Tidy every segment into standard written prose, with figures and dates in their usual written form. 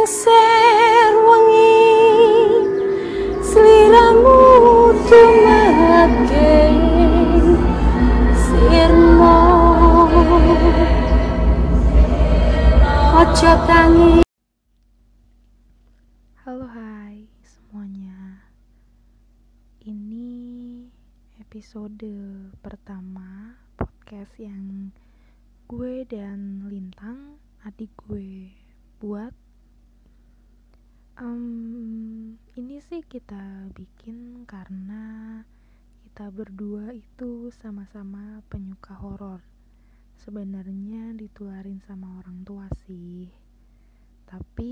lengser wengi sliramu tumake sirna ojo tangi. Halo hai semuanya. Ini episode pertama podcast yang gue dan Lintang, adik gue, buat. Ini sih kita bikin karena kita berdua itu sama-sama penyuka horor. Sebenarnya ditularin sama orang tua sih, tapi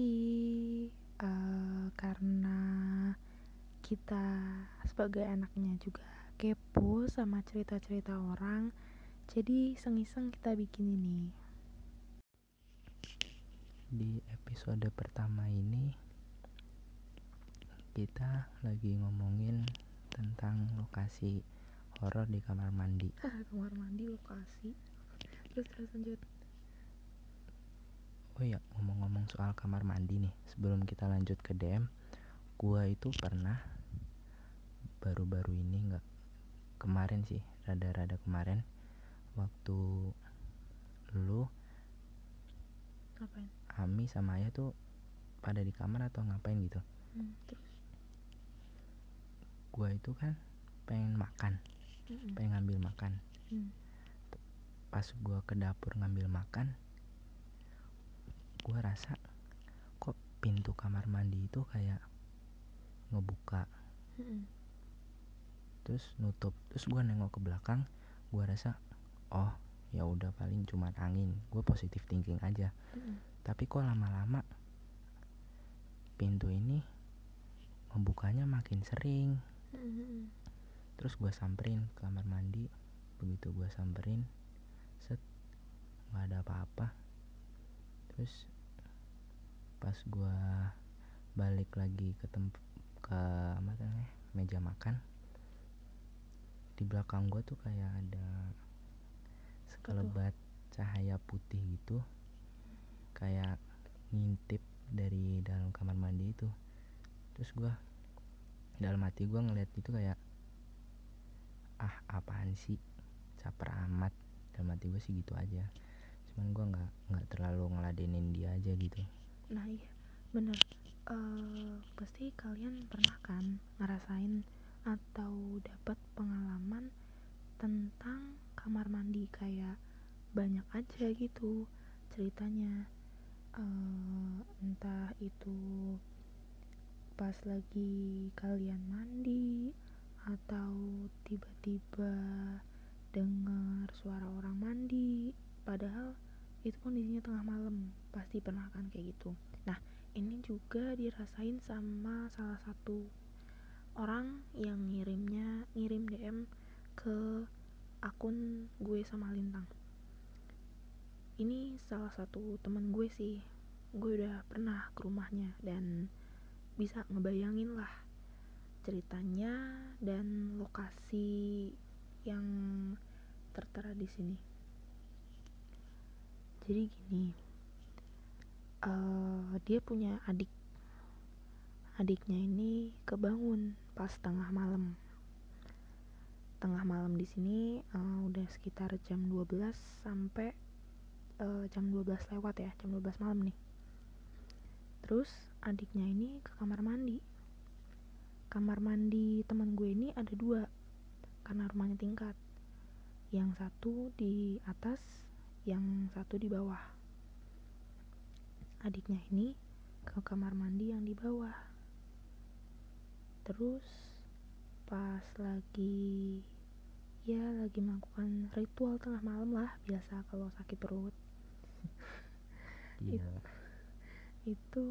karena kita sebagai anaknya juga kepo sama cerita-cerita orang, jadi iseng-iseng kita bikin ini. Di episode pertama ini kita lagi ngomongin tentang lokasi horor di kamar mandi. Kamar mandi lokasi. Terus lanjut. Oh iya, ngomong-ngomong soal kamar mandi nih, sebelum kita lanjut ke DM, gua itu pernah baru-baru ini, nggak kemarin sih, rada-rada kemarin, waktu lu, Ngapain? Ami sama Ayah tuh pada di kamar atau ngapain gitu. Terus? Gua itu kan pengen makan, pengen ngambil makan. Pas gua ke dapur ngambil makan, gua rasa kok pintu kamar mandi itu kayak ngebuka, terus nutup. Terus gue nengok ke belakang, gue rasa oh ya udah paling cuma angin, gue positive thinking aja. Tapi kok lama-lama pintu ini ngebukanya makin sering. Terus gue samperin ke kamar mandi. Begitu gue samperin, set, nggak ada apa-apa. Terus pas gue balik lagi ke meja makan, di belakang gue tuh kayak ada sekelebat cahaya putih gitu, kayak ngintip dari dalam kamar mandi itu. Terus gue dalam hati gue ngeliat itu kayak apaan sih, caper amat. Dalam hati gue sih gitu aja, cuman gue nggak terlalu ngeladenin dia aja gitu. Nah iya bener, pasti kalian pernah kan ngerasain atau dapat pengalaman tentang kamar mandi, kayak banyak aja gitu ceritanya. Entah itu pas lagi kalian mandi, atau tiba-tiba dengar suara orang mandi, padahal itu kondisinya tengah malam. Pasti pernah kan kayak gitu. Nah ini juga dirasain sama salah satu orang yang ngirim DM ke akun gue sama Lintang. Ini salah satu teman gue sih. Gue udah pernah ke rumahnya dan bisa ngebayangin lah ceritanya dan lokasi yang tertera di sini. Jadi gini, dia punya adiknya ini kebangun pas tengah malam. Tengah malam di sini udah sekitar jam 12 sampai jam 12 lewat ya, jam 12 malam nih. Terus adiknya ini ke kamar mandi. Kamar mandi teman gue ini ada 2 karena rumahnya tingkat. Yang satu di atas, yang satu di bawah. Adiknya ini ke kamar mandi yang di bawah. Terus pas lagi melakukan ritual tengah malam lah, biasa kalau sakit perut. Itu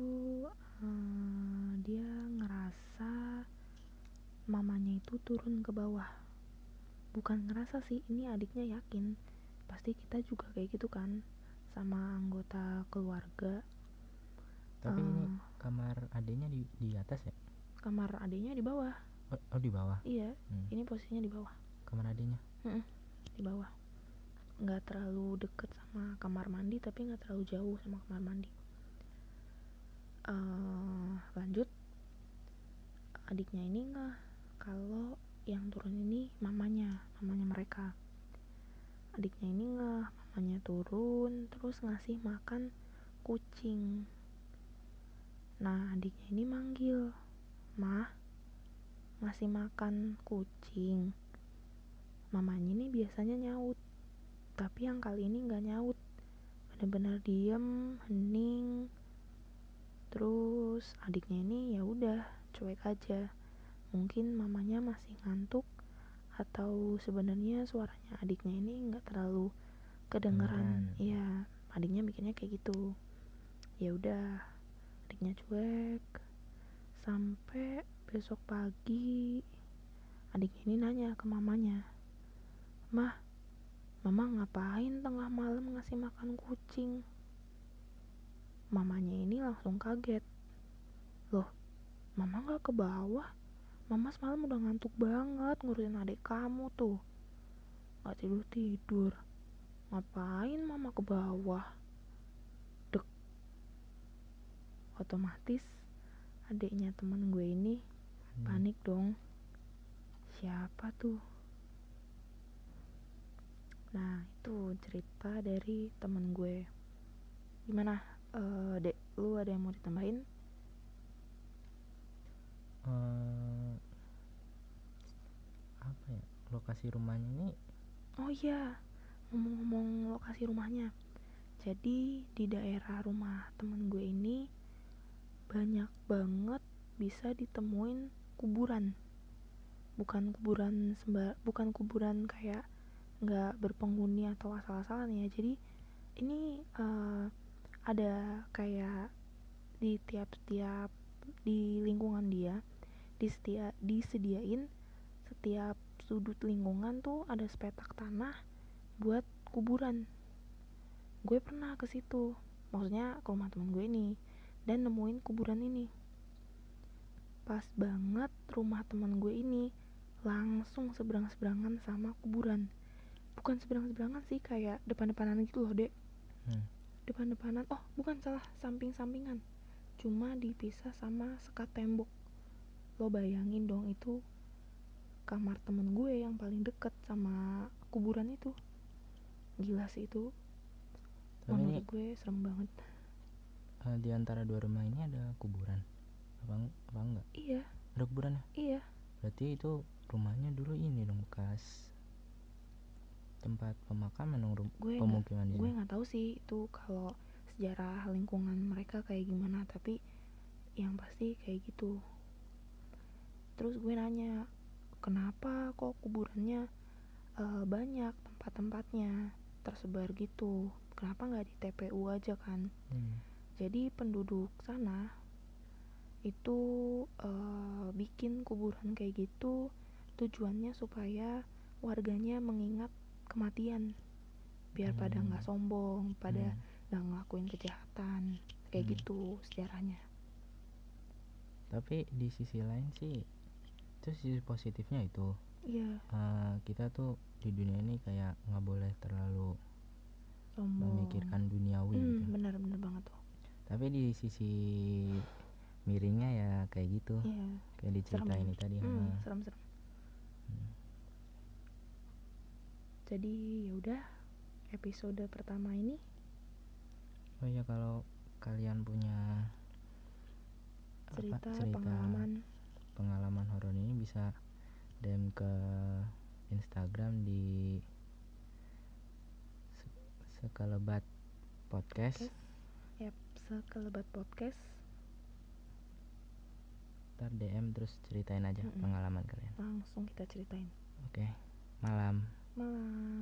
dia ngerasa mamanya itu turun ke bawah. Bukan ngerasa sih, ini adiknya yakin. Pasti kita juga kayak gitu kan sama anggota keluarga. Tapi ini kamar adiknya di atas ya? Kamar adiknya di bawah. Oh di bawah? Iya, ini posisinya di bawah. Kamar adiknya? Di bawah. Nggak terlalu deket sama kamar mandi, tapi nggak terlalu jauh sama kamar mandi. Lanjut, adiknya ini kalau yang turun ini mamanya mereka. Adiknya ini mamanya turun terus ngasih makan kucing. Nah, adiknya ini manggil, "Mah, ngasih makan kucing." Mamanya ini biasanya nyaut, tapi yang kali ini nggak nyaut, bener-bener diem, hening. Terus adiknya ini ya udah cuek aja. Mungkin mamanya masih ngantuk, atau sebenarnya suaranya adiknya ini nggak terlalu kedengeran. Iya, adiknya mikirnya kayak gitu. Ya udah, adiknya cuek sampai besok pagi. Adiknya ini nanya ke mamanya, "Mah, mama ngapain tengah malam ngasih makan kucing?" Mamanya ini langsung kaget. "Loh, mama gak ke bawah? Mama semalam udah ngantuk banget ngurusin adik kamu tuh. Gak tidur-tidur. Ngapain mama ke bawah?" Dek. Otomatis adiknya temen gue ini panik dong. Siapa tuh? Nah, itu cerita dari temen gue. Gimana, Dek? Lu ada yang mau ditambahin? Apa ya, lokasi rumahnya ini? Oh iya, ngomong-ngomong lokasi rumahnya. Jadi di daerah rumah temen gue ini banyak banget bisa ditemuin kuburan. Bukan kuburan kayak nggak berpenghuni atau asal-asalan ya. Jadi ini ada kayak di tiap-tiap di lingkungan dia disediain setiap sudut lingkungan tuh ada sepetak tanah buat kuburan. Gue pernah ke situ, maksudnya ke rumah temen gue ini, dan nemuin kuburan ini. Pas banget rumah temen gue ini langsung seberang-seberangan sama kuburan. Bukan seberang-seberangan sih, kayak depan-depanan gitu loh, Dek. Depan-depanan, oh bukan, salah, samping-sampingan. Cuma dipisah sama sekat tembok. Lo bayangin dong, itu kamar temen gue yang paling deket sama kuburan itu. Gila sih itu. Tapi menurut gue serem banget. Di antara dua rumah ini ada kuburan? Apa enggak? Iya. Ada kuburannya? Iya. Berarti itu rumahnya dulu ini dong, bekas tempat pemakaman dong, pemukiman di sana. Gue nggak tahu sih itu kalau sejarah lingkungan mereka kayak gimana, tapi yang pasti kayak gitu. Terus gue nanya, kenapa kok kuburannya banyak tempat-tempatnya tersebar gitu, kenapa nggak di TPU aja kan? Jadi penduduk sana itu bikin kuburan kayak gitu tujuannya supaya warganya mengingat kematian, biar pada nggak sombong, pada nggak ngelakuin kejahatan kayak gitu sejarahnya. Tapi di sisi lain sih, itu sisi positifnya itu. Iya. Kita tuh di dunia ini kayak nggak boleh terlalu Sombong, memikirkan duniawi gitu. Bener banget tuh. Tapi di sisi miringnya ya kayak gitu. Iya. Kayak diceritain ini tadi. Serem. Jadi yaudah, episode pertama ini. Oh ya, kalau kalian punya cerita pengalaman horor ini bisa DM ke Instagram di Sekelebat Podcast. Yap, Sekelebat Podcast. Ntar DM terus ceritain aja pengalaman kalian. Langsung kita ceritain. Oke. Malam.